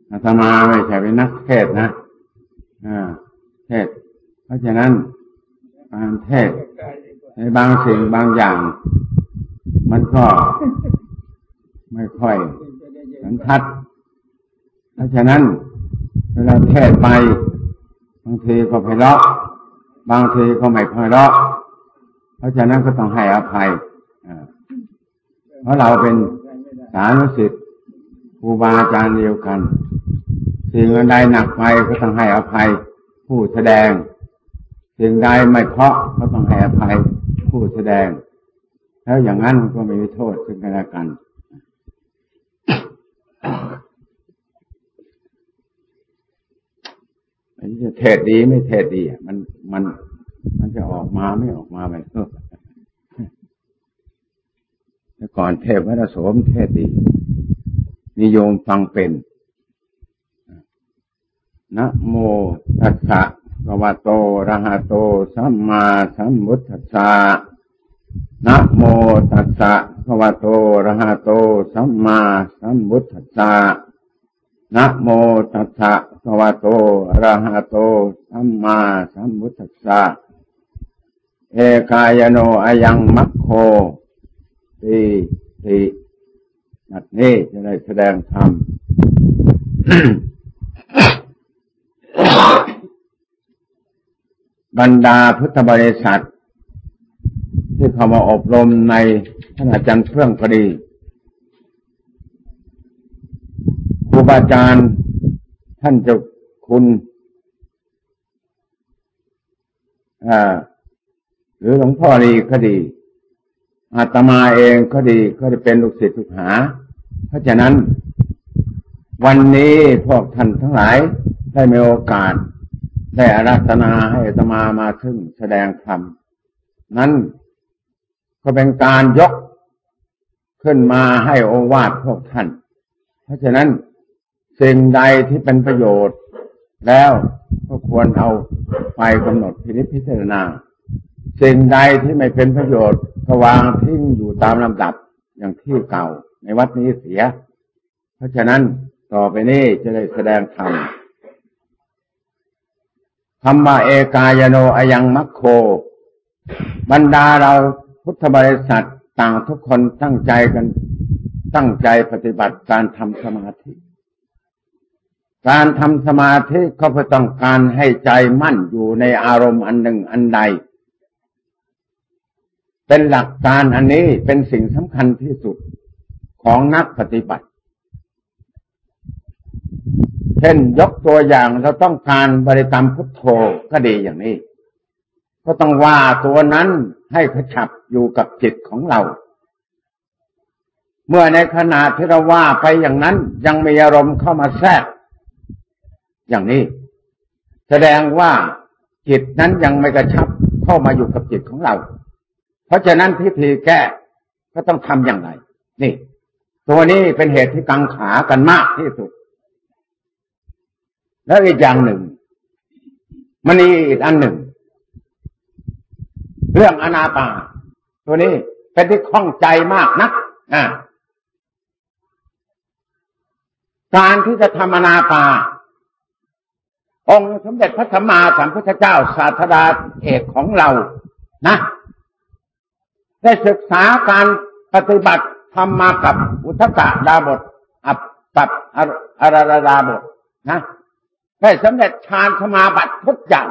อาตมาไม่ใช่เป็นนักเทศนะเทศเพราะฉะนั้นการเทศในบางสิ่งบางอย่างมันก็ไม่ค่อยสันทัดเพราะฉะนั้นเวลาเทศไปบางทีก็ไพเราะบางทีก็ไม่ไพเราะเพราะฉะนั้นก็ต้องให้อภัยเพราะเราเป็นสานุศิษย์ครูบาอาจารย์เดียวกันสิ่งใดหนักไปก็ต้องให้อภัยผู้แสดงสิ่งใดไม่เพราะก็ต้องให้อภัยผู้แสดงแล้วอย่างนั้นก็ไม่มีโทษซึ่งกันและกันอันนี้จะเทศดีไม่เทศดีมันจะออกมาไม่ออกมาไปแต่ก่อนเทพพระโสมเทศดีนิยมฟังเป็นนะโมตัสสะภะคะวะโตอะระหะโตสัมมาสัมพุทธัสสะนะโมตัสสะภะคะวะโตอะระหะโตสัมมาสัมพุทธัสสะนะโมตัสสะภะคะวะโตอะระหะโตสัมมาสัมพุทธัสสะเอกายโนอะยังมัคโคตินัดนี้จะได้แสดงธรรม บรรดาพุทธบริษัทที่เข้ามาอบรมในท่านอาจารย์เฟื่องก็ดีครูบาอาจารย์ท่านเจ้าคุณหรือหลวงพ่อดีก็ดีอาตมาเองก็ดีก็ได้เป็นลูกศิษย์ลูกหาเพราะฉะนั้นวันนี้พวกท่านทั้งหลายได้มีโอกาสได้อาราธนาให้อาตมามาถึงแสดงธรรมนั้นก็เป็นการยกขึ้นมาให้โอวาทพวกท่านเพราะฉะนั้นสิ่งใดที่เป็นประโยชน์แล้วก็ควรเอาไปกำหนดพิจารณาสิ่งใดที่ไม่เป็นประโยชน์ก็วางทิ้งอยู่ตามลำดับอย่างที่เก่าในวัดนี้เสียเพราะฉะนั้นต่อไปนี้จะได้แสดงธรรมธรรมะเอกายโนอะยังมัคโคบรรดาเราพุทธบริษัทต่างทุกคนตั้งใจปฏิบัติการทำสมาธิการทำสมาธิก็เพื่อต้องการให้ใจมั่นอยู่ในอารมณ์อันหนึ่งอันใดเป็นหลักการอันนี้เป็นสิ่งสำคัญที่สุดของนักปฏิบัติเช่นยกตัวอย่างเราต้องการบริกรรมพุทโธก็ดีอย่างนี้ก็ต้องว่าตัวนั้นให้ขจับอยู่กับจิตของเราเมื่อในขณะที่เราว่าไปอย่างนั้นยังมีอารมณ์เข้ามาแทรกอย่างนี้แสดงว่าจิตนั้นยังไม่กระชับเข้ามาอยู่กับจิตของเราเพราะฉะนั้นพิธีแก้ก็ต้องทำอย่างไรนี่ตัวนี้เป็นเหตุที่กังขากันมากที่สุดแล้วอีกอย่างหนึ่งมันมีอีกอันหนึ่งเรื่องอานาปานตัวนี้เป็นที่ข้องใจมากนักการที่จะทำอานาปานองค์สมเด็จพระสัมมาสัมพุทธเจ้าศาสดาเอกของเรานะได้ศึกษาการปฏิบัติทำมากับอุทกดาบทกับอาราดาบทนะได้สำเร็จฌานสมาบัติทุกอย่าง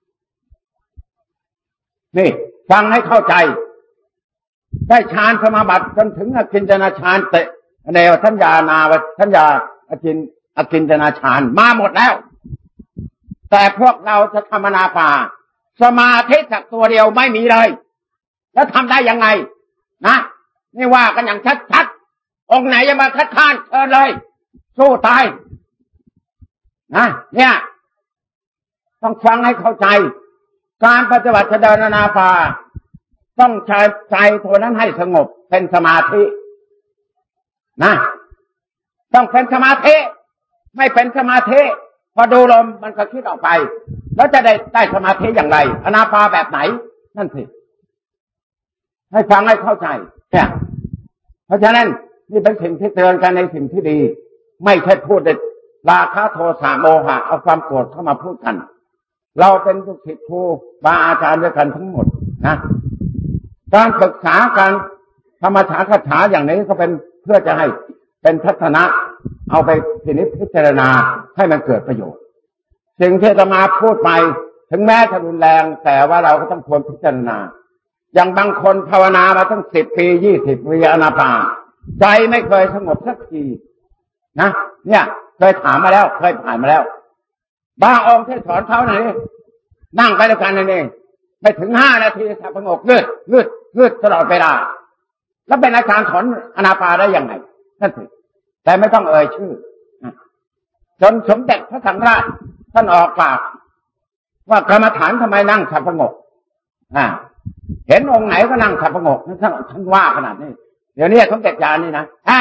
นี่ฟังให้เข้าใจได้ฌานสมาบัติจนถึงอกินจนาฌานเตะในทัญญานาวทัญญาอกินจนาฌานมาหมดแล้วแต่พวกเราจะทำอนาปานสมาธิสักตัวเดียวไม่มีเลยแล้วทำได้ยังไงนะนี่ว่ากันอย่างชัดๆองค์ไหนจะมาคัดค้านเชิญเลยสู้ตายนะเนี่ยต้องฟังให้เข้าใจการปฏิบัติเดินอนาปานต้องใช้ใจตัวนั้นให้สงบเป็นสมาธินะต้องเป็นสมาธิไม่เป็นสมาธิพอดูลมมันก็คิดออกไปแล้วจะได้สมาธิอย่างไรอนาปานแบบไหนนั่นสิให้ฟังให้เข้าใจเนี่ยเพราะฉะนั้นนี่เป็นสิ่งที่เตือนกันในสิ่งที่ดีไม่ใช่พูดราคะโทสะโมหะเอาความโกรธเข้ามาพูดกันเราเป็นลูกศิษย์ครูบาอาจารย์ด้วยกันทั้งหมดนะการปรึกษาการธรรมชาติคาถาอย่างนี้ก็เป็นเพื่อจะให้เป็นทัศนะเอาไปพิจารณาให้มันเกิดประโยชน์สิ่งที่อาตมาพูดไปถึงแม้จะรุนแรงแต่ว่าเราก็ต้องควรพิจารณาอย่างบางคนภาวนามาตั้ง10 ปี20 ปีอานาปานใจไม่เคยสงบสักทีนะเนี่ยเคยถามมาแล้วเคยผ่านมาแล้วบางองค์ที่สอนเขาไหนนั่งไปด้วยกันนั่นเองไม่ถึง5 นาทีสับประงกเลือดตลอดเวลาแล้วเป็นอาจารย์สอนอานาปานได้ยังไงนั่นสิแต่ไม่ต้องเอ่ยชื่อจนสมเด็จพระสังฆราชท่านออกปากว่ากรรมฐานทำไมนั่งสับประงกเห็นองค์ไหนก็นั่งสับประงกท่านว่าขนาดนี้เดี๋ยวนี้สมเด็จญาณนี่นะ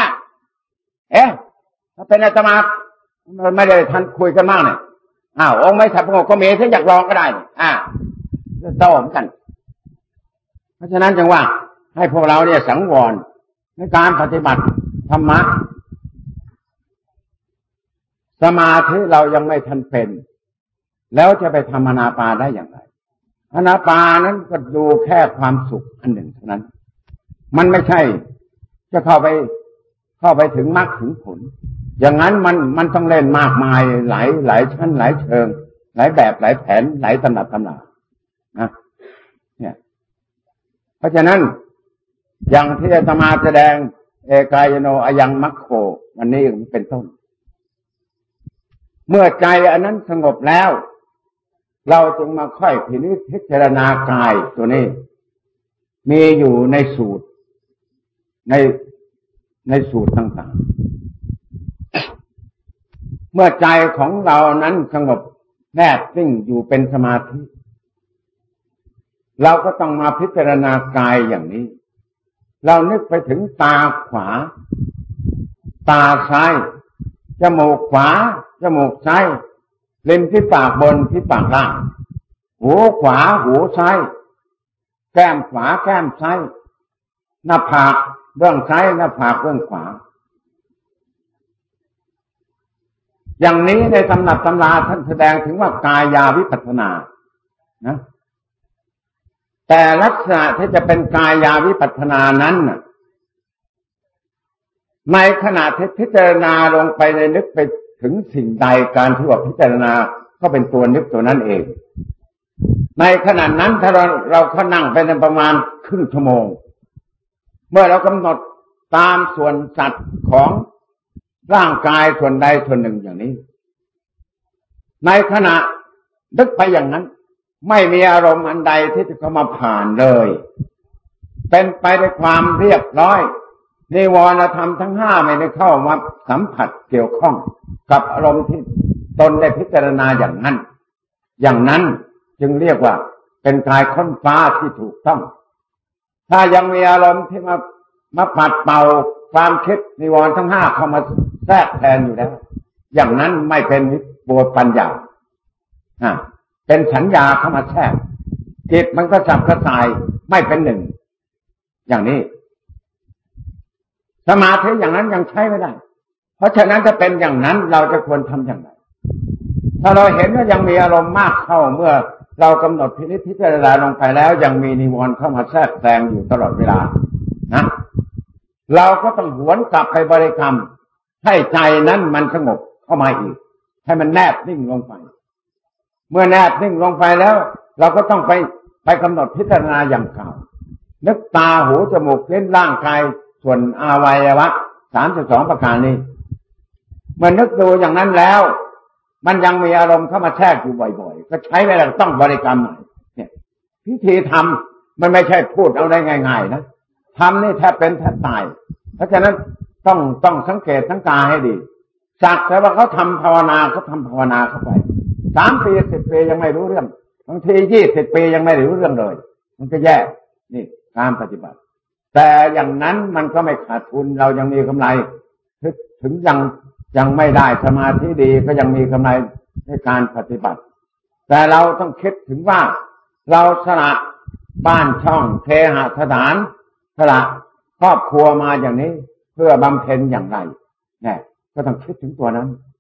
ถ้าเป็นอาตมาไม่ได้ท่านคุยกันมากเนี่ยองค์ไม่สับประงกก็มีถ้าอยากลองก็ได้โต้เหมือนกันเพราะฉะนั้นจึงว่าให้พวกเราเนี่ยสังวรในการปฏิบัติธรรมะสมาธิเรายังไม่ทันเป็นแล้วจะไปทำอานาปานได้อย่างไรอานาปานนั้นก็ดูแค่ความสุขอันหนึ่งเท่านั้นมันไม่ใช่จะเข้าไปถึงมรรคถึงผลอย่างนั้นมันต้องเล่นมากมายหลายชั้นหลายเชิงหลายแบบหลายแผนหลายตำรับตำรานะเนี่ยเพราะฉะนั้นอย่างที่อาตมาแสดงเอกายโนอยังมัคโควันนี้เป็นต้นเมื่อใจอันนั้นสงบแล้วเราจึงมาค่อยพิจารณากายตัวนี้มีอยู่ในสูตรในสูตรต่างๆเมื่อใจของเรานั้นสงบแนบนิ่งอยู่เป็นสมาธิเราก็ต้องมาพิจารณากายอย่างนี้เรานึกไปถึงตาขวาตาซ้ายจมูกขวาจมูกซ้ายลิ้นที่ปากบนที่ปากล่างหูขวาหูซ้ายแก้มขวาแก้มซ้ายหน้าผากเบื้องซ้ายหน้าผากเบื้องขวาอย่างนี้ในตำรับตำราท่านแสดงถึงว่ากายาวิปัสสนานะแต่ลักษณะที่จะเป็นกายาวิปัสสนานั้นในขณะที่พิจารณาลงไปในนึกไปถึงสิ่งใดการที่ว่าพิจารณาก็เป็นตัวนึกตัวนั้นเองในขณะนั้นถ้าเราเขานั่งไปในประมาณครึ่งชั่วโมงเมื่อเรากำหนดตามส่วนสัตว์ของร่างกายส่วนใดส่วนหนึ่งอย่างนี้ในขณะนึกไปอย่างนั้นไม่มีอารมณ์อันใดที่จะเข้ามาผ่านเลยเป็นไปด้วยความเรียบร้อยนิวรณธรรมทั้ง5ไม่ได้เข้ามาสัมผัสเกี่ยวข้องกับอารมณ์ที่ตนได้พิจารณาอย่างนั้นจึงเรียกว่าเป็นกายค้นฟ้าที่ถูกต้องถ้ายังมีอารมณ์ที่มาปัดเป่าความคิดนิวรณ์ทั้ง5เข้ามาแทรกแทนอยู่แล้วอย่างนั้นไม่เป็นบัวปัญญาเป็นสัญญาเข้ามาแทรกจิตมันก็สับกระส่ายไม่เป็นหนึ่งอย่างนี้สมาธิอย่างนั้นยังใช้ไม่ได้เพราะฉะนั้นถ้าเป็นอย่างนั้นเราจะควรทำอย่างไรถ้าเราเห็นว่ายังมีอารมณ์มากเข้าเมื่อเรากำหนดพิจารณาลงไปแล้วยังมีนิวรณ์เข้ามาแทรกแซงอยู่ตลอดเวลานะเราก็ต้องหวนกลับไปบริกรรมให้ใจนั้นมันสงบเข้ามาอีกให้มันแนบนิ่งลงไปเมื่อแนบนิ่งลงไปแล้วเราก็ต้องไปกำหนดพิจารณาอย่างเก่านึกตาหูจมูกลิ้นร่างกายส่วนอวัยวะ32ประการนี้เมื่อนึกดูอย่างนั้นแล้วมันยังมีอารมณ์เข้ามาแทรกอยู่บ่อยๆก็ใช้เวลาต้องบริกรรมใหม่เนี่ยพิธีทำมันไม่ใช่พูดเอาได้ง่ายๆนะทำนี่แทบเป็นแทบตายเพราะฉะนั้นต้องสังเกตสังกาให้ดีสักแต่ว่าเขาทำภาวนาเข้าไป3 ปี10 ปียังไม่รู้เรื่องบางที20 ปียังไม่รู้เรื่องเลยมันก็แย่นี่การปฏิบัติแต่อย่างนั้นมันก็ไม่ขาดทุนเรายังมีกำไรถึงยังไม่ได้สมาธิดีก็ยังมีกำไรในการปฏิบัติแต่เราต้องคิดถึงว่าเราสละบ้านช่องเคหสถานสละครอบครัวมาอย่างนี้เพื่อบำเพ็ญอย่างไรเนี่ยก็ต้องคิดถึงตัวนั้น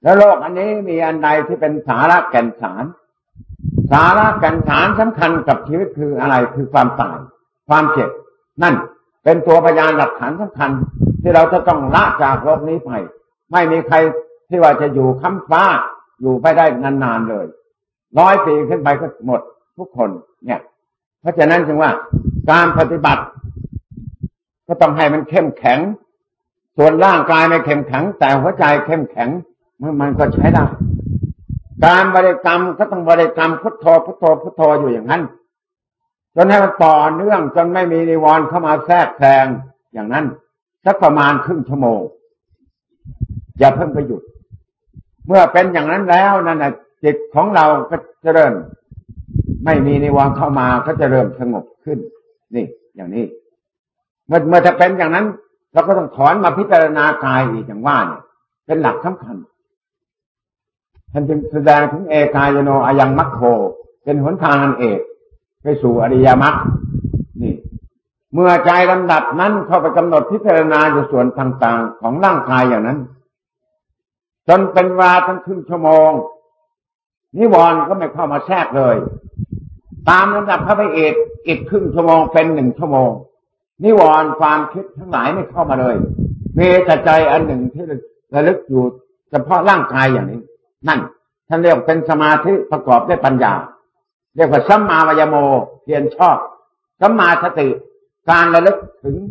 แล้วโลกอันนี้มีอันใดที่เป็นสาระแก่นสารสาระแก่นสารสำคัญกับชีวิตคืออะไรคือความตายความเจ็บนั่นเป็นตัวพยานหลักฐานสำคัญที่เราจะต้องละจากโลกนี้ไปไม่มีใครที่ว่าจะอยู่ค้ำฟ้าอยู่ไปได้นานๆเลย100 ปีขึ้นไปก็หมดทุกคนเนี่ยเพราะฉะนั้นจึงว่าการปฏิบัติก็ต้องให้มันเข้มแข็งส่วนร่างกายไม่เข้มแข็งแต่หัวใจเข้มแข็งมันก็ใช้ได้การบริกรรมก็ต้องบริกรรมพุทโธพุทโธพุทโธอยู่อย่างนั้นจนให้มันต่อเนื่องจนไม่มีนิวรณ์เข้ามาแทรกแซงอย่างนั้นสักประมาณครึ่งชั่วโมงอย่าเพิ่งไปหยุดเมื่อเป็นอย่างนั้นแล้วนั่นน่ะจิตของเราก็จะเริ่มไม่มีนิวรณ์เข้ามาก็จะเริ่มสงบขึ้นนี่อย่างนี้เมื่อจะเป็นอย่างนั้นเราก็ต้องถอนมาพิจารณากายอีกอย่างว่าเนี่ยเป็นหลักสำคัญท่านจึงแสดงถึงเอกายโนอายังมัคโคเป็นหนทางอันเอกไปสู่อริยมรรคนี่เมื่อใจลำดับนั้นเข้าไปกำหนดพิจารณาอยู่ส่วนต่างๆของร่างกายอย่างนั้นจนเป็นเวลาทั้งครึ่งชั่วโมงนิวรณ์ก็ไม่เข้ามาแทรกเลยตามลำดับเข้าไปอีกครึ่งชั่วโมงเป็น1 ชั่วโมงนิวรณ์ความคิดทั้งหลายไม่เข้ามาเลยมีแต่ใจอันหนึ่งที่ระลึกอยู่เฉพาะร่างกายอย่างนี้นั่นท่านเรียกเป็นสมาธิประกอบด้วยปัญญาเรียกว่าสัมมาวายโมเพียรชอบสัมมาสติการระลึกถึง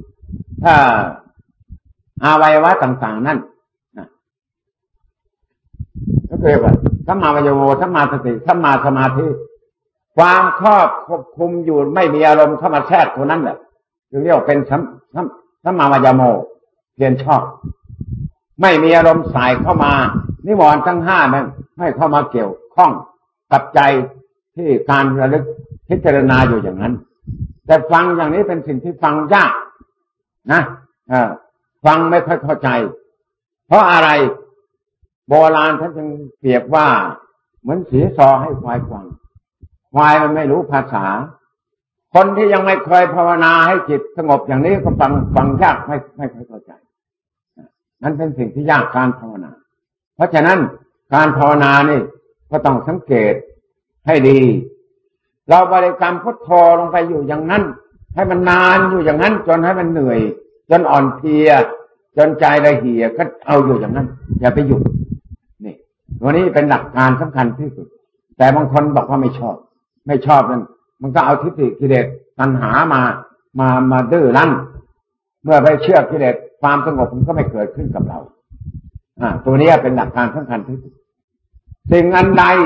อวัยวะต่างๆนั่นก็เรียกว่าสัมมาวายโมสัมมาสติสัมมาสมาธิความควบคุมอยู่ไม่มีอารมณ์เข้ามาแทรกตัวนั้นแหละเรียกว่าเป็นสัมมาวายโมเพียรชอบไม่มีอารมณ์สายเข้ามานิวรณ์ทั้ง5นั้นไม่เข้ามาเกี่ยวข้องกับใจที่การระลึกพิจารณาอยู่อย่างนั้นแต่ฟังอย่างนี้เป็นสิ่งที่ฟังยากนะฟังไม่ค่อยเข้าใจเพราะอะไรโบราณท่านจึงเปรียบว่าเหมือนสีซอให้ควายฟังควายมันไม่รู้ภาษาคนที่ยังไม่เคยภาวนาให้จิตสงบอย่างนี้ก็ฟังยากไม่ค่อยเข้าใจนั่นเป็นสิ่งที่ยากการภาวนาเพราะฉะนั้นการภาวนานี่ก็ต้องสังเกตให้ดีเราบริกรรมพุทโธลงไปอยู่อย่างนั้นให้มันนานอยู่อย่างนั้นจนให้มันเหนื่อยจนอ่อนเพลียจนใจละเหี่ยก็เอาอยู่อย่างนั้นอย่าไปหยุดนี่ตัวนี้เป็นหลักการสำคัญที่สุดแต่บางคนบอกว่าไม่ชอบนั่นมันก็เอาทิฏฐิกิเลสตัณหามาดื้อรั้นเมื่อไปเชื่อกิเลสความสงบมันก็ไม่เกิดขึ้นกับเราตัวนี้เป็นหลักการสำคัญที่สุดสิ่งอันใด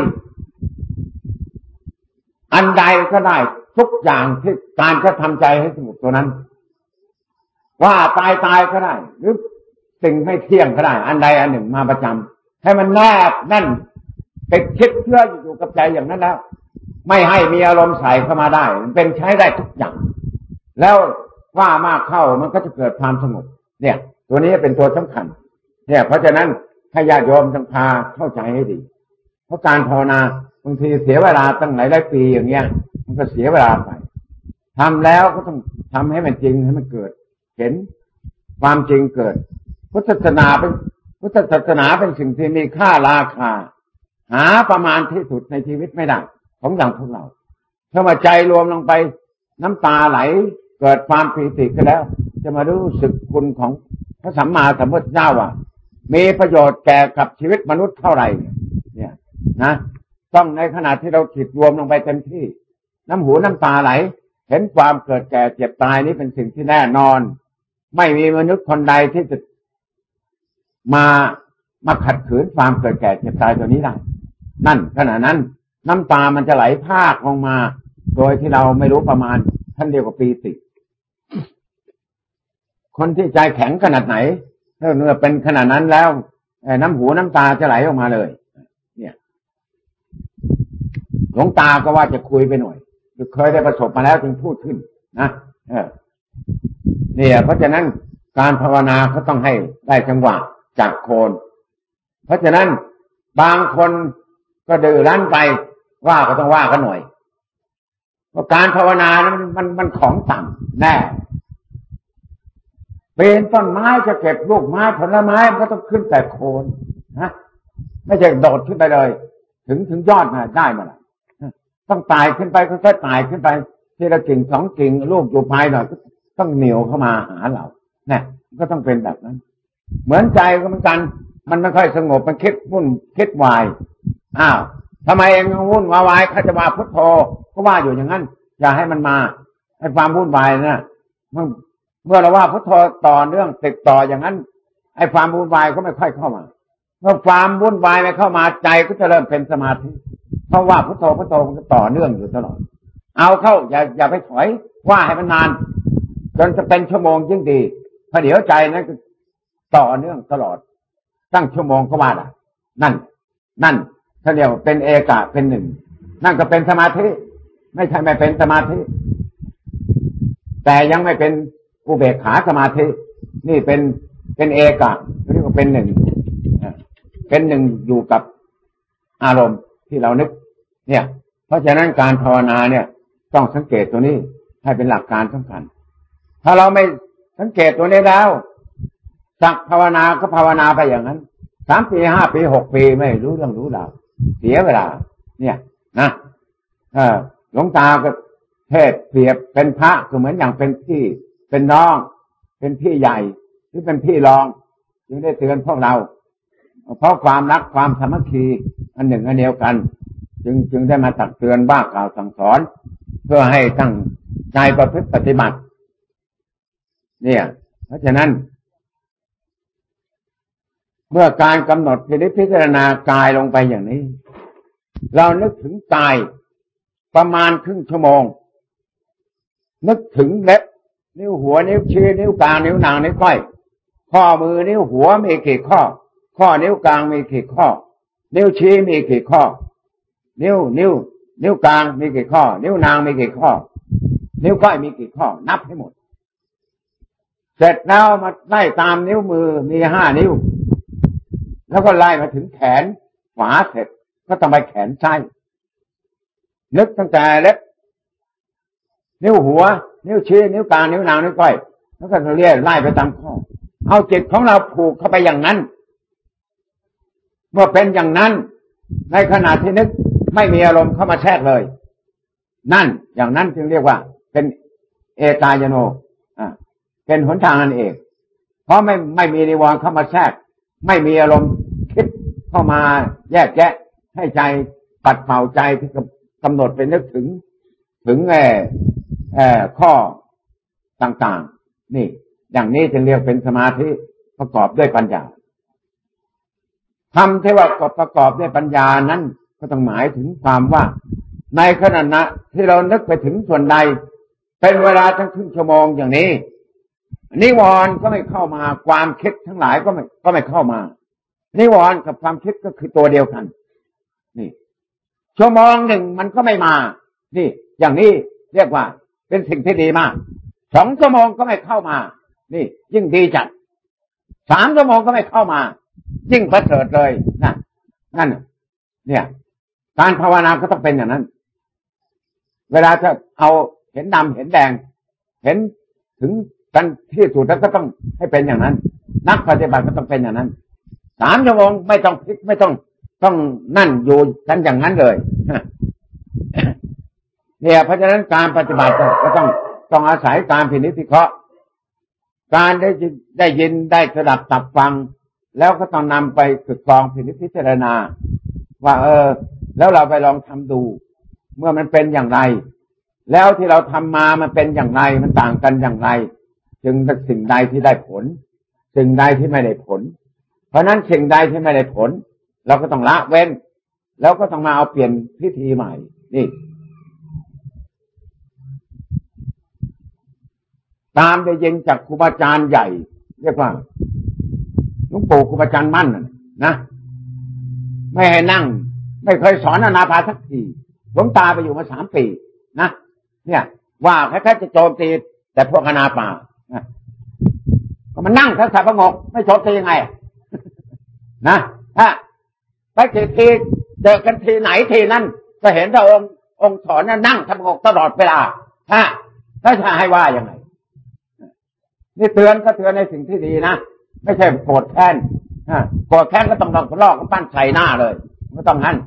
ก็ได้ทุกอย่างที่การจะทำใจให้สงบตัวนั้นว่าตายก็ได้หรือสิ่งไม่เที่ยงก็ได้อันใดอันหนึ่งมาประจำให้มันแนบแน่นไปคิดเพื่ออยู่กับใจอย่างนั้นแล้วไม่ให้มีอารมณ์ใส่เข้ามาได้มันเป็นใช้ได้ทุกอย่างแล้วว่ามากเข้ามันก็จะเกิดความสงบเนี่ยตัวนี้เป็นตัวสำคัญเนี่ยเพราะฉะนั้นให้ญาติโยมต้องพาเข้าใจให้ดีเพราะการภาวนาบางทีเสียเวลาตั้งหลายปีอย่างเงี้ยมันก็เสียเวลาไปทำแล้วก็ต้องทำให้มันจริงให้มันเกิดเห็นความจริงเกิดพุทธศาสนาเป็นสิ่งที่มีค่าราคาหาประมาณที่สุดในชีวิตไม่ได้ของอย่างพวกเราถ้ามาใจรวมลงไปน้ำตาไหลเกิดความปีติขึ้นแล้วจะมารู้สึกคุณของพระสัมมาสัมพุทธเจ้าว่ามีประโยชน์แก่กับชีวิตมนุษย์เท่าไหร่เนี่ยนะต้องในขณะที่เราจิตรวมลงไปเต็มที่น้ำหูน้ำตาไหลเห็นความเกิดแก่เจ็บตายนี้เป็นสิ่งที่แน่นอนไม่มีมนุษย์คนใดที่จะมาขัดขืนความเกิดแก่เจ็บตายตัวนี้ได้นั่นขณะนั้นน้ำตามันจะไหลพากลงมาโดยที่เราไม่รู้ประมาณท่านเรียกว่าปีติคนที่ใจแข็งขนาดไหนถ้าเมื่อเป็นขนาดนั้นแล้วน้ำหูน้ำตาจะไหลออกมาเลยเนี่ยหลวงตาก็ว่าจะคุยไปหน่อยเคยได้ประสบมาแล้วจึงพูดขึ้นนะเนี่ยเพราะฉะนั้นการภาวนาเขาต้องให้ได้จังหวะจากโคนเพราะฉะนั้นบางคนก็ดื้อรั้นไปว่าก็ต้องว่ากันหน่อยเพราะการภาวนานั้นมันของต่ำแน่เป็นต้นไม้จะเก็บลูกไม้ผลไม้มันก็ต้องขึ้นแต่โคนนะไม่ใช่โดดขึ้นไปเลยถึงยอดมาได้มาแล้วต้องตายขึ้นไปค่อยๆตายขึ้นไปทีละกิ่งสองกิ่งลูกอยู่ภายหน่อยก็ต้องเหนียวเข้ามาหาเราเนี่ยก็ต้องเป็นแบบนั้นเหมือนใจก็เหมือนกันมันไม่ค่อยสงบมันคิดวุ่นคิดวายอ้าวทำไมเองวุ่นวายข้าจะมาพุทโธก็ว่าอยู่อย่างนั้นอย่าให้มันมาให้ความวุ่นวายนะเมื่อเราว่าพุทโธต่อเนื่องติดต่ออย่างนั้นไอ้ความวุ่นวายก็ไม่ค่อยเข้ามาเมื่อความวุ่นวายไม่เข้ามาใจก็จะเริ่มเป็นสมาธิเพราะว่าพุทโธมันก็ต่อเนื่องอยู่ตลอดเอาเข้าอย่าไปถอยว่าให้มันนานจนจะเป็นชั่วโมงยิ่งดีเพราะเดี๋ยวใจนั้นก็ต่อเนื่องตลอดตั้งชั่วโมงก็ว่าได้นั่นเขาเรียกว่าเป็นเอกะเป็นหนึ่งนั่นก็เป็นสมาธิไม่ใช่ไม่เป็นสมาธิแต่ยังไม่เป็นอุเบกขาสมาธินี่เป็นเอกะเรียกว่าเป็นหนึ่งอยู่กับอารมณ์ที่เรานึกเนี่ยเพราะฉะนั้นการภาวนาเนี่ยต้องสังเกตตัวนี้ให้เป็นหลักการสำคัญถ้าเราไม่สังเกตตัวนี้แล้วสักภาวนาก็ภาวนาไปอย่างนั้น3 ปี 5 ปี 6 ปีไม่รู้เรื่องรู้ราวเสียเวลาเนี่ยนะหลวงตาก็เทศเปรียบเป็นพระก็เหมือนอย่างเป็นพี่เป็นน้องเป็นพี่ใหญ่หรือเป็นพี่รองจึงได้เตือนพวกเราเพราะความรักความสามัคคีอันหนึ่งอันเดียวกันจึงได้มาตักเตือนว่ากล่าวสั่งสอนเพื่อให้ตั้งใจประพฤติปฏิบัติเนี่ยเพราะฉะนั้นเมื่อการกำหนดพิจารณากายลงไปอย่างนี้เรานึกถึงกายประมาณครึ่งชั่วโมงนึกถึงเล็บนิ้วหัวนิ้วชี้นิ้วกลางนิ้วนางนิ้วก้อยข้อมือนิ้วหัวมีกี่ข้อนิ้วกลางมีกี่ข้อนิ้วชี้มีกี่ข้อนิ้วกลางมีกี่ข้อนิ้วนางมีกี่ข้อนิ้วก้อยมีกี่ข้อนับให้หมดเสร็จแล้วมาไล่ตามนิ้วมือมี5 นิ้วแล้วก็ไล่มาถึงแขนขวาเสร็จก็ต้องไปแขนซ้ายนึกตั้งแต่เล็บนิ้วหัวนิ้วชี้นิ้วกลางนิ้วนางนิ้วก้อยแล้วก็เรียกไล่ไปตามข้อเอาจิตของเราผูกเข้าไปอย่างนั้นเมื่อเป็นอย่างนั้นในขณะที่นึกไม่มีอารมณ์เข้ามาแทรกเลยนั่นอย่างนั้นจึงเรียกว่าเป็นเอกายโนเป็นหนทางนั่นเองเพราะไม่มีนิวรณ์เข้ามาแทรกไม่มีอารมณ์คิดเข้ามาแยกแยะให้ใจปัดเป่าใจที่กำหนดไปนึกถึงข้อต่างๆนี่อย่างนี้จึงเรียกเป็นสมาธิประกอบด้วยปัญญาธรรมที่ว่าประกอบด้วยปัญญานั้นก็ต้องหมายถึงความว่าในขณะที่เรานึกไปถึงส่วนใดเป็นเวลาทั้งครึ่งชั่วโมงอย่างนี้นิวรณ์ก็ไม่เข้ามาความคิดทั้งหลายก็ไม่เข้ามานิวรณ์กับความคิดก็คือตัวเดียวกันนี่ชั่วโมงหนึ่งมันก็ไม่มานี่อย่างนี้เรียกว่าเป็นสิ่งที่ดีมาก2 ชั่วโมงก็ไม่เข้ามานี่ยิ่งดีจัด3 ชั่วโมงก็ไม่เข้ามายิ่งประเสริฐเลยนั่นเนี่ยการภาวนาก็ต้องเป็นอย่างนั้นเวลาจะเอาเห็นดำเห็นแดงเห็นถึงกันที่สุดแล้วก็ต้องให้เป็นอย่างนั้นนักปฏิบัติก็ต้องเป็นอย่างนั้น3 ชั่วโมงไม่ต้องพลิกไม่ต้องนั่นอยู่กันอย่างนั้นเลยเนี่ยเพราะฉะนั้นการปฏิบัติก็ต้องอาศัยการพินิจพิเคราะห์การได้ยินได้สดับตับฟังแล้วก็ต้องนำไปฝึกลองพินิจพิจารณาว่าแล้วเราไปลองทำดูเมื่อมันเป็นอย่างไรแล้วที่เราทำมามันเป็นอย่างไรมันต่างกันอย่างไรจึงสิ่งใดที่ได้ผลสิ่งใดที่ไม่ได้ผลเพราะนั้นสิ่งใดที่ไม่ได้ผลเราก็ต้องละเว้นแล้วก็ต้องมาเอาเปลี่ยนพิธีใหม่นี่ตามได้ยินจากครูบาอาจารย์ใหญ่เรียกว่าหลวงปู่ครูบาอาจารย์มั่นนะไม่ให้นั่งไม่เคยสอนอานาปานสักทีหลวงตาไปอยู่มา3 ปีนะเนี่ยว่าแค่จะโจมตีแต่พวกอานาปานก็มันนั่งถ้าสับประงกไม่โจมตียังไงนะถ้าไปทีเจอกันทีไหนทีนั้นก็เห็นพระองค์สอนนั่งสับประงกตลอดเวลาถ้าจะให้ว่ายังไงนี่เตือนก็เตือนในสิ่งที่ดีนะไม่ใช่โกรธแค้นโกรธแค้นก็ต้องลอกปั้นใส่หน้าเลยไม่ต้องงั้น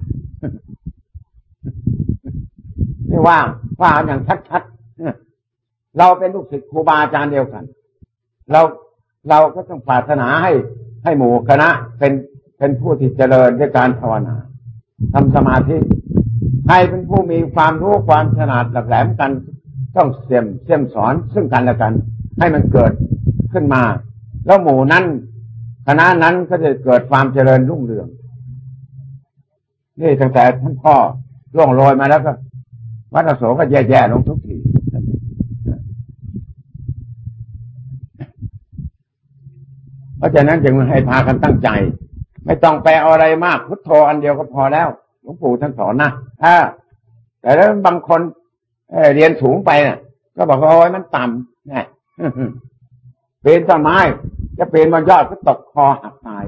นี่ว่าอย่างชัดๆเราเป็นลูกศิษย์ครูบาอาจารย์เดียวกันเราก็ต้องปรารถนาให้หมู่คณะเป็นผู้ที่เจริญด้วยการภาวนาทำสมาธิให้เป็นผู้มีความรู้ความฉลาดหลักแหลมกันต้องเสี่ยมสอนซึ่งกันและกันให้มันเกิดขึ้นมาแล้วหมู่นั้นคณะนั้นก็จะเกิดความเจริญรุ่งเรืองนี่ตั้งแต่ท่านพ่อล่วงโรยมาแล้วก็วัดอโศกก็แย่ๆลงทุกทีเพราะฉะนั้นจึงให้พากันตั้งใจไม่ต้องไปเอาอะไรมากพุทโธอันเดียวก็พอแล้วหลวงปู่ท่านสอนนะแต่แล้วบางคนเรียนสูงไปน่ะก็บอกว่าโอ้ยมันต่ำเนี่ยปีนต้นไม้จะปีนบนยอดก็ตกคอหักตาย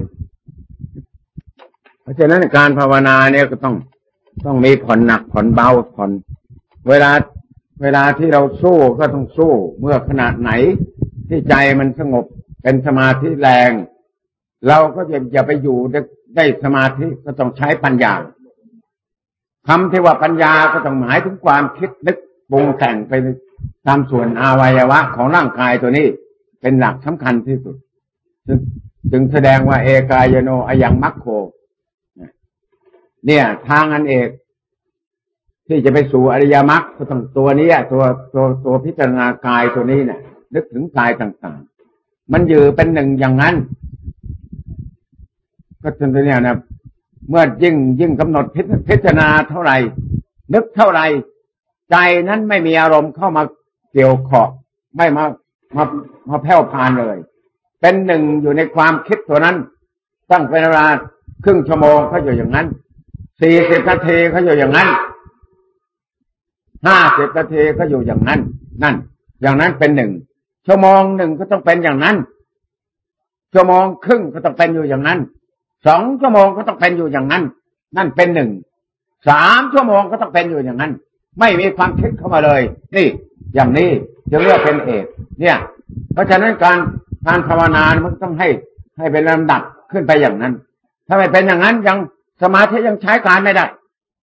เพราะฉะนั้นการภาวนาเนี่ยก็ต้องมีผ่อนหนักผ่อนเบาผ่อนเวลาที่เราสู้ก็ต้องสู้เมื่อขนาดไหนที่ใจมันสงบเป็นสมาธิแรงเราก็อย่าไปอยู่ได้สมาธิก็ต้องใช้ปัญญาคำที่ว่าปัญญาก็ต้องหมายถึงความคิดนึกปรุงแต่งไปตามส่วนอวัยวะของร่างกายตัวนี้เป็นหลักสำคัญที่สุดจึงแสดงว่าเอกายโนอยังมัคโคเนี่ยทางอันเอกที่จะไปสู่อริยมรรคก็ต้องตัวนี้ตัวพิจารณากายตัวนี้เนี่ยนึกถึงกายต่างๆมันอยู่เป็นหนึ่งอย่างนั้นก็จนตัวเนี้ยนะเมื่อยิ่งกำหนดพิจารณาเท่าไหร่นึกเท่าไหร่ใจนั้นไม่มีอารมณ์เข้ามาเกี่ยวข้องไม่มาแผ่วพานเลยเป็นหนึ่งอยู่ในความคิดตัวนั้นตั้งเป็นเวลาครึ่งชั่วโมงเขาอยู่อย่างนั้น40 นาทีเขาอยู่อย่างนั้น50 นาทีก็อยู่อย่างนั้นนั่นอย่างนั้นเป็นหนึ่งชั่วโมงหนึ่งก็ต้องเป็นอย่างนั้นชั่วโมงครึ่งก็ต้องเป็นอยู่อย่างนั้น2 ชั่วโมงก็ต้องเป็นอยู่อย่างนั้นนั่นเป็นหนึ่ง3 ชั่วโมงก็ต้องเป็นอยู่อย่างนั้นไม่มีความคิดเข้ามาเลยนี่อย่างนี้จะเรียกเป็นเอกเนี่ยเพราะฉะนั้นการภาวนามันต้องให้เป็นลำดับขึ้นไปอย่างนั้นถ้าไม่เป็นอย่างนั้นยังสมาธิยังใช้การไม่ได้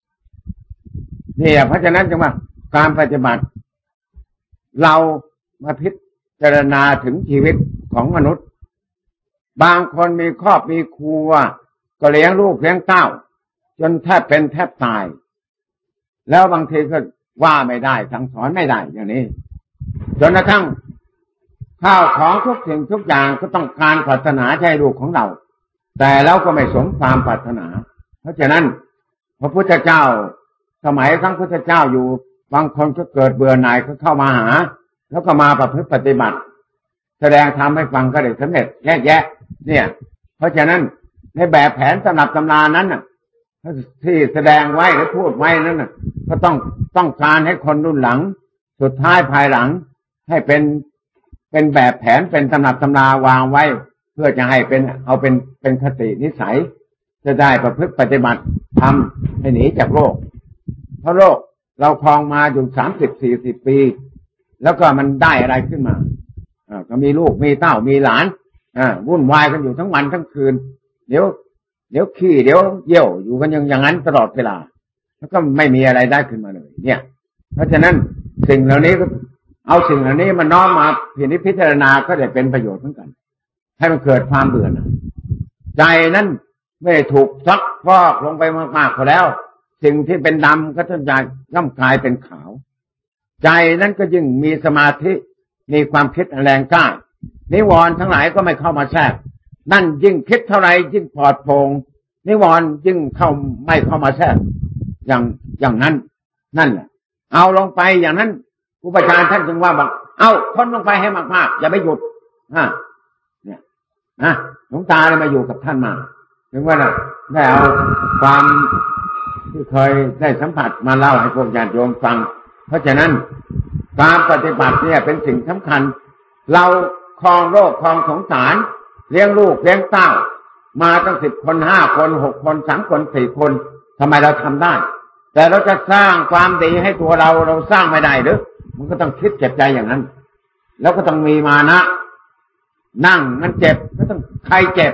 เนี่ยเพราะฉะนั้นจึงว่าการปฏิบัติเรามาพิจารณาถึงชีวิตของมนุษย์บางคนมีครอบมีครัวก็เลี้ยงลูกเลี้ยงเต้าจนแทบเป็นแทบตายแล้วบางทีก็ว่าไม่ได้สั่งสอนไม่ได้อย่างนี้จนกระทั่งข้าวของทุกสิ่งทุกอย่างก็ต้องการปรารถนาให้ลูกของเราแต่เราก็ไม่สมความปรารถนาเพราะฉะนั้นพระพุทธเจ้าสมัยครั้งพุทธเจ้าอยู่บางคนก็เกิดเบื่อหน่ายก็เข้ามาหาแล้วก็มาประพฤติปฏิบัติแสดงธรรมให้ฟังก็ได้สำเร็จแยะเนี่ยเพราะฉะนั้นในแบบแผนสำหรับตำรานั้นน่ะที่แสดงไว้หรือพูดไว้นั้นน่ะก็ต้องการให้คนรุ่นหลังสุดท้ายภายหลังให้เป็นแบบแผนเป็นตำรับตำราวางไว้เพื่อจะให้เป็นคตินิสัยจะได้ประพฤติปฏิบัติทำให้หนีจากโลกเพราะโลกเราครองมาอยู่30-40 ปีแล้วก็มันได้อะไรขึ้นมาก็มีลูกมีเต้ามีหลานวุ่นวายกันอยู่ทั้งวันทั้งคืนเดี๋ยวขี้เดี๋ยวเยี่ยวอยู่กันอย่างนั้นตลอดเวลาแล้วก็ไม่มีอะไรได้ขึ้นมาเลยเนี่ยเพราะฉะนั้นสิ่งเหล่านี้ก็เอาสิ่งเหล่านี้มาน้อมมาพิจารณาก็ได้เป็นประโยชน์เหมือนกันให้มันเกิดความเบื่อหน่ายใจนั้นไม่ถูกซักฟอกลงไปมากๆพอแล้วสิ่งที่เป็นดำก็จะย่ำกลายเป็นขาวใจนั้นก็ยิ่งมีสมาธิมีความคิดแรงกล้านิวรณ์ทั้งหลายก็ไม่เข้ามาแทรกนั่นยิ่งคิดเท่าไรยิ่งปลอดโปร่งนิวรณ์ยิ่งไม่เข้ามาแทรกอย่างนั้นนั่นแหละเอาลงไปอย่างนั้นครูบาอาจารย์ท่านจึงว่าบอกเอาค้นลงไปให้มากๆอย่าไปหยุดเนี่ยหลวงตาเลยมาอยู่กับท่านมาถึงว่าได้เอาความที่เคยได้สัมผัสมาเล่าให้พวกญาติโยมฟังเพราะฉะนั้นการปฏิบัติเนี่ยเป็นสิ่งสำคัญเราครองโลกครองสงสารเลี้ยงลูกเลี้ยงเต้ามาตั้ง10 คน5 คน6 คน3 คน4 คนทำไมเราทำได้แต่เราจะสร้างความดีให้ตัวเราสร้างไม่ได้หรือมันก็ต้องคิดเจ็บใจอย่างนั้นแล้วก็ต้องมีมานะนั่งมันเจ็บก็ต้องใครเจ็บ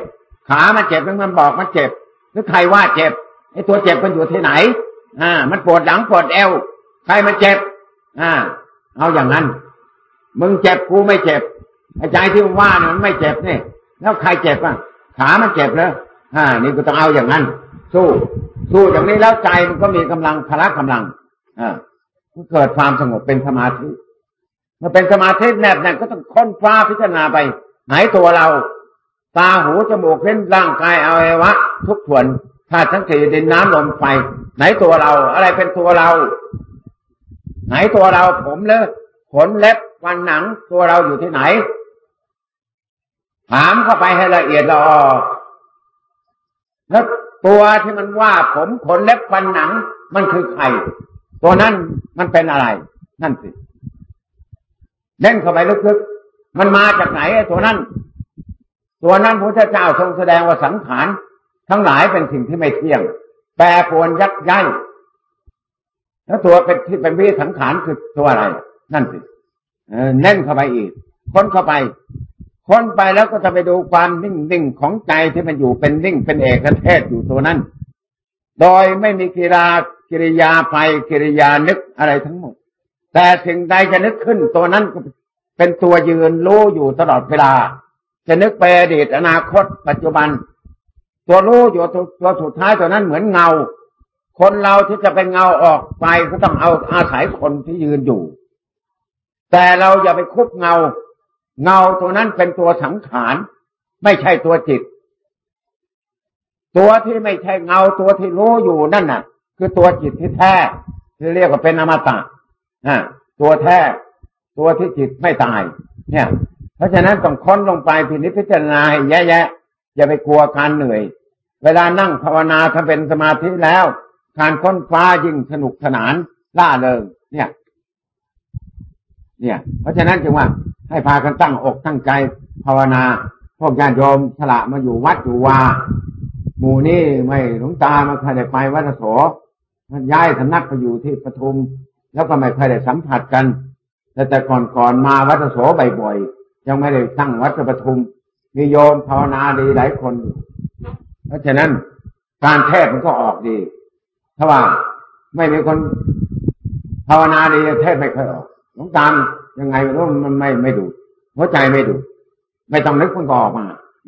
ขามันเจ็บมันบอกมันเจ็บหรือใครว่าเจ็บไอ้ตัวเจ็บมันอยู่ที่ไหนมันปวดหลังปวดเอวใครมันเจ็บเอาอย่างนั้นมึงเจ็บกูไม่เจ็บไอ้ใจที่มึงว่าเนี่ยมันไม่เจ็บนี่แล้วใครเจ็บขามันเจ็บแล้วนี่ก็ต้องเอาอย่างนั้นสู้อย่างนี้แล้วใจมันก็มีกำลังพละกำลังก็เกิดความสงบเป็นสมาธิเมื่อเป็นสมาธิแนบแน่นก็ต้องค้นคว้าพิจารณาไปไหนตัวเราตาหูจมูกลิ้นร่างกายอวัยวะทุกส่วนธาตุทั้งสี่ดินน้ำลมไฟไหนตัวเราอะไรเป็นตัวเราไหนตัวเราผมเล็บขนเล็บฟันหนังตัวเราอยู่ที่ไหนถามเข้าไปให้ละเอียดละออแล้วตัวที่มันว่าผมขนเล็บฟันหนังมันคือใครตัวนั้นมันเป็นอะไรนั่นสิเล่นเข้าไปลึกๆมันมาจากไหนไอ้ตัวนั้นพระพุทธเจ้าทรงแสดงว่าสังขารทั้งหลายเป็นสิ่งที่ไม่เที่ยงแปรปรวนยักย้ายแล้วตัวเป็นที่เป็นวิสังขารคือตัวอะไรนั่นสิเล่นเข้าไปอีกค้นเข้าไปค้นไปแล้วก็จะไปดูความนิ่งของใจที่มันอยู่เป็นนิ่งเป็นเอกเทศอยู่ตัวนั้นโดยไม่มีกิริยาไปกิริยานึกอะไรทั้งหมดแต่สิ่งใดจะนึกขึ้นตัวนั้นก็เป็นตัวยืนรู้อยู่ตลอดเวลาจะนึกไปอดีตอนาคตปัจจุบันตัวรู้อยู่ตัวสุดท้ายตัวนั้นเหมือนเงาคนเราที่จะเป็นเงาออกไปก็ต้องอาศัยคนที่ยืนอยู่แต่เราอย่าไปคุบเงาตัวนั้นเป็นตัวสังขารไม่ใช่ตัวจิตตัวที่ไม่ใช่เงาตัวที่รู้อยู่นั่นน่ะคือตัวจิตที่แท้ที่เรียกว่าเป็นอมตะตัวแท้ตัวที่จิตไม่ตายเนี่ยเพราะฉะนั้นต้องค้นลงไปพิจารณาให้แยะอย่าไปกลัวการเหนื่อยเวลานั่งภาวนาถ้าเป็นสมาธิแล้วการค้นคว้ายิ่งสนุกสนานล่าเริงเนี่ยเพราะฉะนั้นจึงว่าให้พากันตั้งอกตั้งใจภาวนาพวกญาติโยมสละมาอยู่วัดอยู่วาหมู่นี้ไม่หลวงตามาเคยได้ไปวัดโสมันย้ายสำนักไปอยู่ที่ปทุมแล้วก็ไม่เคยได้สัมผัสกันแต่ก่อนมาวัดโสบ่อยๆยังไม่ได้ตั้งวัดปทุมมีโยมภาวนาดีหลายคนเพราะฉะนั้นการเทศมันก็ออกดีถ้าว่าไม่มีคนภาวนาดีเทศไม่เคยออกหลวงตายังไงไม่รู้มันไม่ดูหัวใจไม่ดูไม่ต้องนึกมันก็ออกมา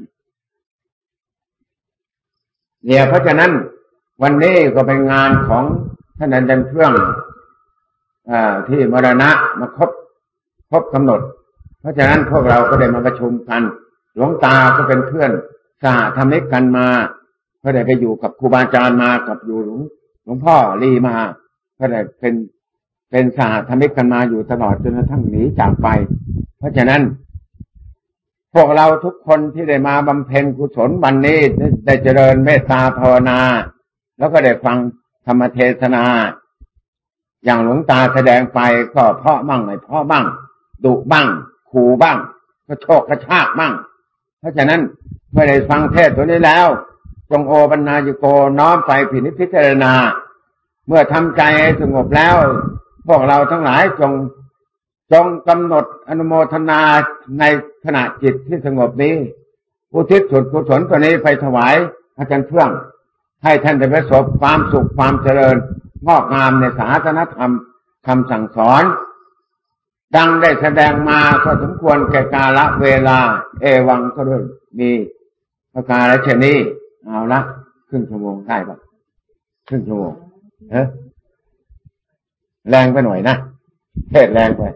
เนี่ยเพราะฉะนั้นวันนี้ก็เป็นงานของท่านอาจารย์เพื่องที่มรณะมาครบกำหนดเพราะฉะนั้นพวกเราก็ได้มาประชุมกันหลวงตาก็เป็นเพื่อนสหธรรมิกกันมาก็ได้ไปอยู่กับครูบาอาจารย์มากับอยู่หลวงพ่อลีมาก็ได้เป็นสหธรรมิกกันมาอยู่ตลอดจนกระทั่งหนีจากไปเพราะฉะนั้นพวกเราทุกคนที่ได้มาบำเพ็ญกุศลวันนี้ได้เจริญเมตตาภาวนาแล้วก็ได้ฟังธรรมเทศนาอย่างหลวงตาแสดงไปก็เพราะบ้างไม่เพราะบ้างดุบ้างขู่บ้างก็โชกกระชากบ้างเพราะฉะนั้นเมื่อได้ฟังเทศตัวนี้แล้วจงโอปัญญโกน้อมไปพิจารณาเมื่อทำใจให้สงบแล้วพวกเราทั้งหลายจงกำหนดอนุโมทนาในขณะจิตที่สงบนี้อุทิศส่วนกุศลตัวนี้ไปถวายอาจารย์เพื่องให้ท่านได้ประสบความสุขความเจริญงอกงามในศาสนธรรมคำสั่งสอนดังได้แสดงมาก็สมควรแก่กาลเวลาเอวังก็ด้วยมีประการฉะนี้เอาละครึ่งชั่วโมงได้ปะครึ่งชั่วโมงแรงไปหน่อยนะเทศแรงไป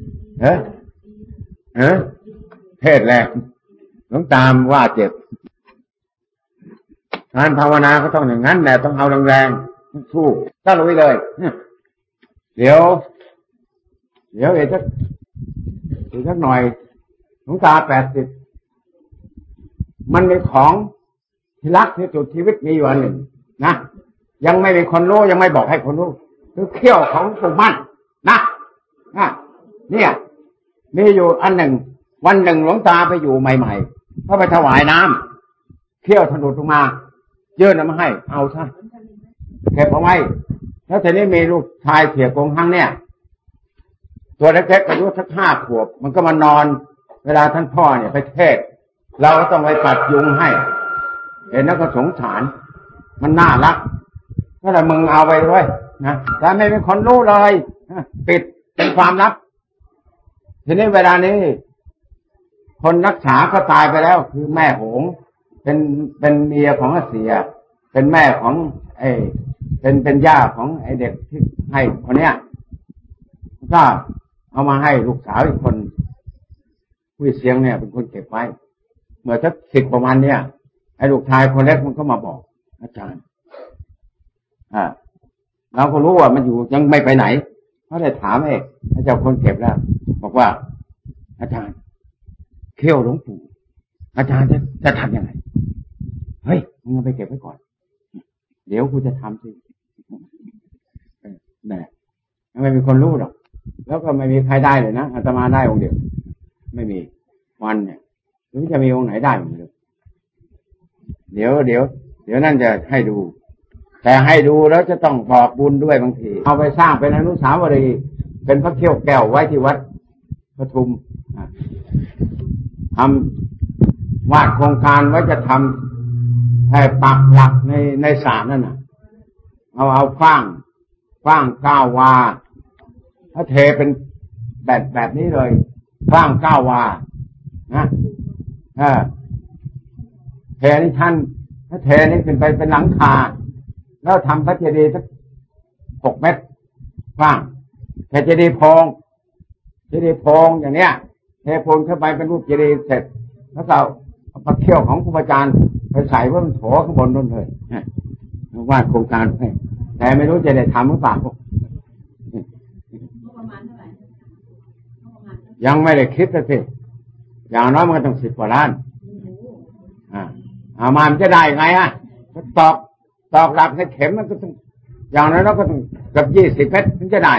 เทศแรงต้องตามว่าเจ็บการภาวนาก็ต้องอย่างนั้นแหละต้องเอาแรงๆสู้ตั้งลงไปเลยเดี๋ยวอีกสักหน่อยหลวงตา80มันเป็นของที่รักที่สุดชีวิตมีอยู่อันหนึ่งนะยังไม่มีคนรู้ยังไม่บอกให้คนรู้คือเขี้ยวของปู่มั่นนะเนี่ยมีอยู่อันหนึ่งวันหนึ่งหลวงตาไปอยู่ใหม่ๆเขาไปถวายน้ำเขี้ยวถนุดลงมายื่นมาให้เอาซะเก็บเอาไว้แล้วทีนี้มีลูกชายเสียกงหังเนี่ยตัวเล็กๆอายุสัก5 ขวบมันก็มานอนเวลาท่านพ่อเนี่ยไปเทศเราก็ต้องไปปัดยุงให้เห็นแล้วก็สงสารมันน่ารักก็เลยมึงเอาไปด้วยนะแต่ไม่เป็นคนรู้เลยปิดเป็นความลับทีนี้เวลานี้คนรักษาก็ตายไปแล้วคือแม่หงเป็นเมียของอาเสียเป็นแม่ของเป็นย่าของไอ้เด็กที่ให้คนเนี้ยก็เอามาให้ลูกสาวอีกคนผู้เสียงเนี่ยเป็นคนเก็บไว้เมื่อสัก10ประมาณเนี่ยไอ้ลูกชายคนเล็กมันก็มาบอกอาจารย์เราก็รู้ว่ามันอยู่ยังไม่ไปไหนเขาได้ถามไอ้เจ้าคนเก็บแล้วบอกว่าอาจารย์เขี้ยวหลวงปู่อาจารย์จะทำยังไงเฮ้ยมึงเอาไปเก็บไว้ก่อนเดี๋ยวกูจะทำสิแหมไม่มีคนรู้หรอกแล้วก็ไม่มีใครได้เลยนะอาตมาได้องค์เดียวไม่มีวันเนี่ยหรือจะมีองค์ไหนได้บ้างเลยเดี๋ยวนั่นจะให้ดูแต่ให้ดูแล้วจะต้องบอกบุญด้วยบางทีเอาไปสร้างเป็นอนุสาวรีย์เป็นพระเขี้ยวแก้วไว้ที่วัดปทุมทำวาดโครงการไว้จะทำให้ปักหลักในศาลนั่นน่ะเอาฟาง9 วาถ้าเทเป็นแบบนี้เลยฟาง9 วานะเทนี่ท่านถ้าเทนี่ขึ้นไปเป็นหลังคาแล้วทำพระเจดีย์สัก6 เมตรฟางแต่เจดีย์โพงอย่างเนี้ยเทโพงเข้าไปเป็นรูปเจดีย์เสร็จแล้วก็เอาพระเขี้ยวของครูบาอาจารย์ไปใส่ไว้บนโถข้างบนนั่นเลยวาดโครงการให้แต่ไม่รู้จะได้ทำหรือเปล่ายังไม่ได้คิดเลยอย่างน้อยมันก็ต้อง10 กว่าล้านเอามามันจะได้ไงตอกหลักในเข็มมันก็ต้องอย่างน้อยเราก็ต้องกับ20 เมตรถึงจะได้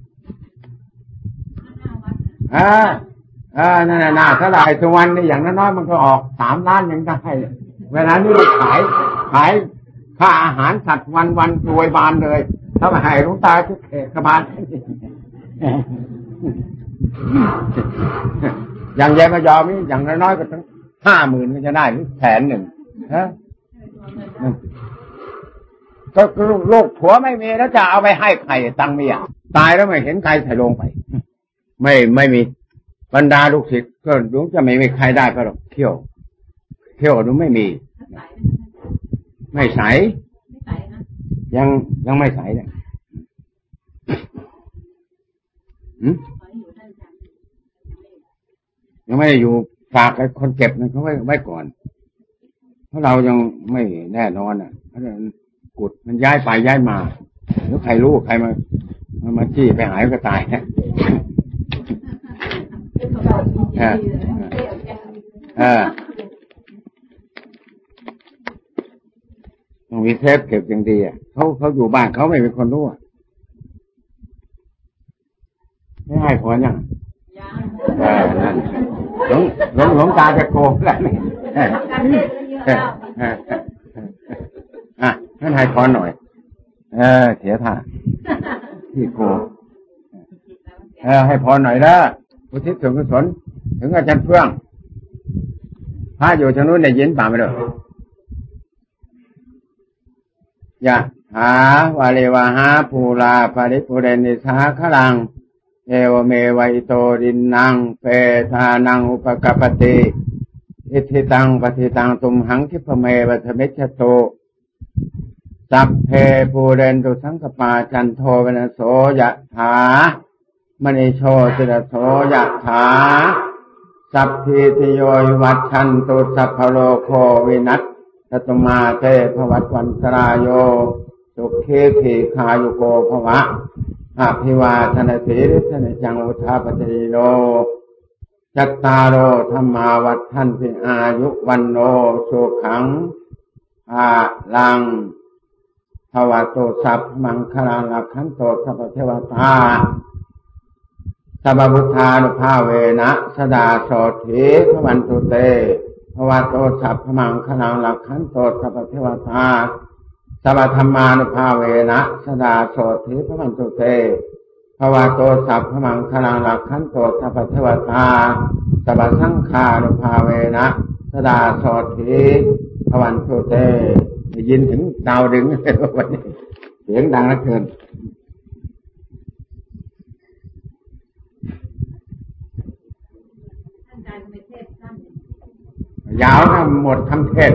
นั่นน่ะถ้าได้ทุกวันนี่อย่างน้อยมันก็ออก3 ล้านยังได้เวลานี้ขายค่าอาหารสัตว์วันรวยบานเลยถ้ามาให้หลวงตาทุกเขตกบาลอย่างแย่มายอมนี่อย่างน้อยๆก็ต้อง50,000ก็จะได้หรือ100,000ฮะก็ลูกผัวไม่มีแล้วจะเอาไปให้ใครตังเมียตายแล้วไม่เห็นใครใส่ลงไปไม่มีบรรดาลูกศิษย์ก็ดูจะไม่มีใครได้ก็หรอกเที่ยวดูไม่มีไม่ใสยังไม่ใสเลยยังไม่ได้อยู่ฝากกับคนเก็บนะเขาไว้ก่อนเพราะเรายังไม่แน่นอนเพราะฉะนั้นกุดมันย้ายไปย้ายมาแล้วใครรู้ใครมาจี้ไปหายก็ตายต้องมีเทปเก็บอย่างดีเขาอยู่บ้านเขาไม่เป็นคนรู้ไม่ให้พรยังนั่นหลวงตาจะโกงแล้วนี่นั่นให้พรหน่อยเสียท่าที่โกงให้พรหน่อยนะอุทิศส่วนกุศลถึงอาจารย์เฟื่องพระอยู่ทางนู้นได้ยินป่าไม่เลยยะหาวาเลวะหาภูลาปาริปุเรนิสาขลังเอวเมวัยโตดินนังเปทานังอุปกปติอิทิตังปฏิตังตุมหังคิพเมวัฏเมชโตสัพเพปูเรนตุสังกปาจันโทเวนโสยะถามณีโชติระโสยะถาสัพพิติโยวัชชันตุสัพพโลโควินัสตตมาเตภวัตวันตรายโยสุขีทีคายุโกภวะอภิวาทนาสีริสนจังอุทาปฏิโนจัตตารโอธรรมาวัฏทันติอายุวันโนสุขังอาลังภวะโตสัพมังคลาลักขันโตสัพพเทวตาสัพพพุทธานุภาเวนะสดาโสถิภวันตุเตภวะโตสัพพมังคลาลักขันโตสัพพเทวตาสัพพธรรมานุภาเวนะสดาโสถิภวันตุเตภวะโตสัพพมังคลาลักขันโตสัพพเทวตาสัพพสังฆานุภาเวนะสดาโสธีพวันโชเตได้ยินถึงดาวดึงวันนี้เสียงดังเหลือเกินยาวนะหมดคำเทศ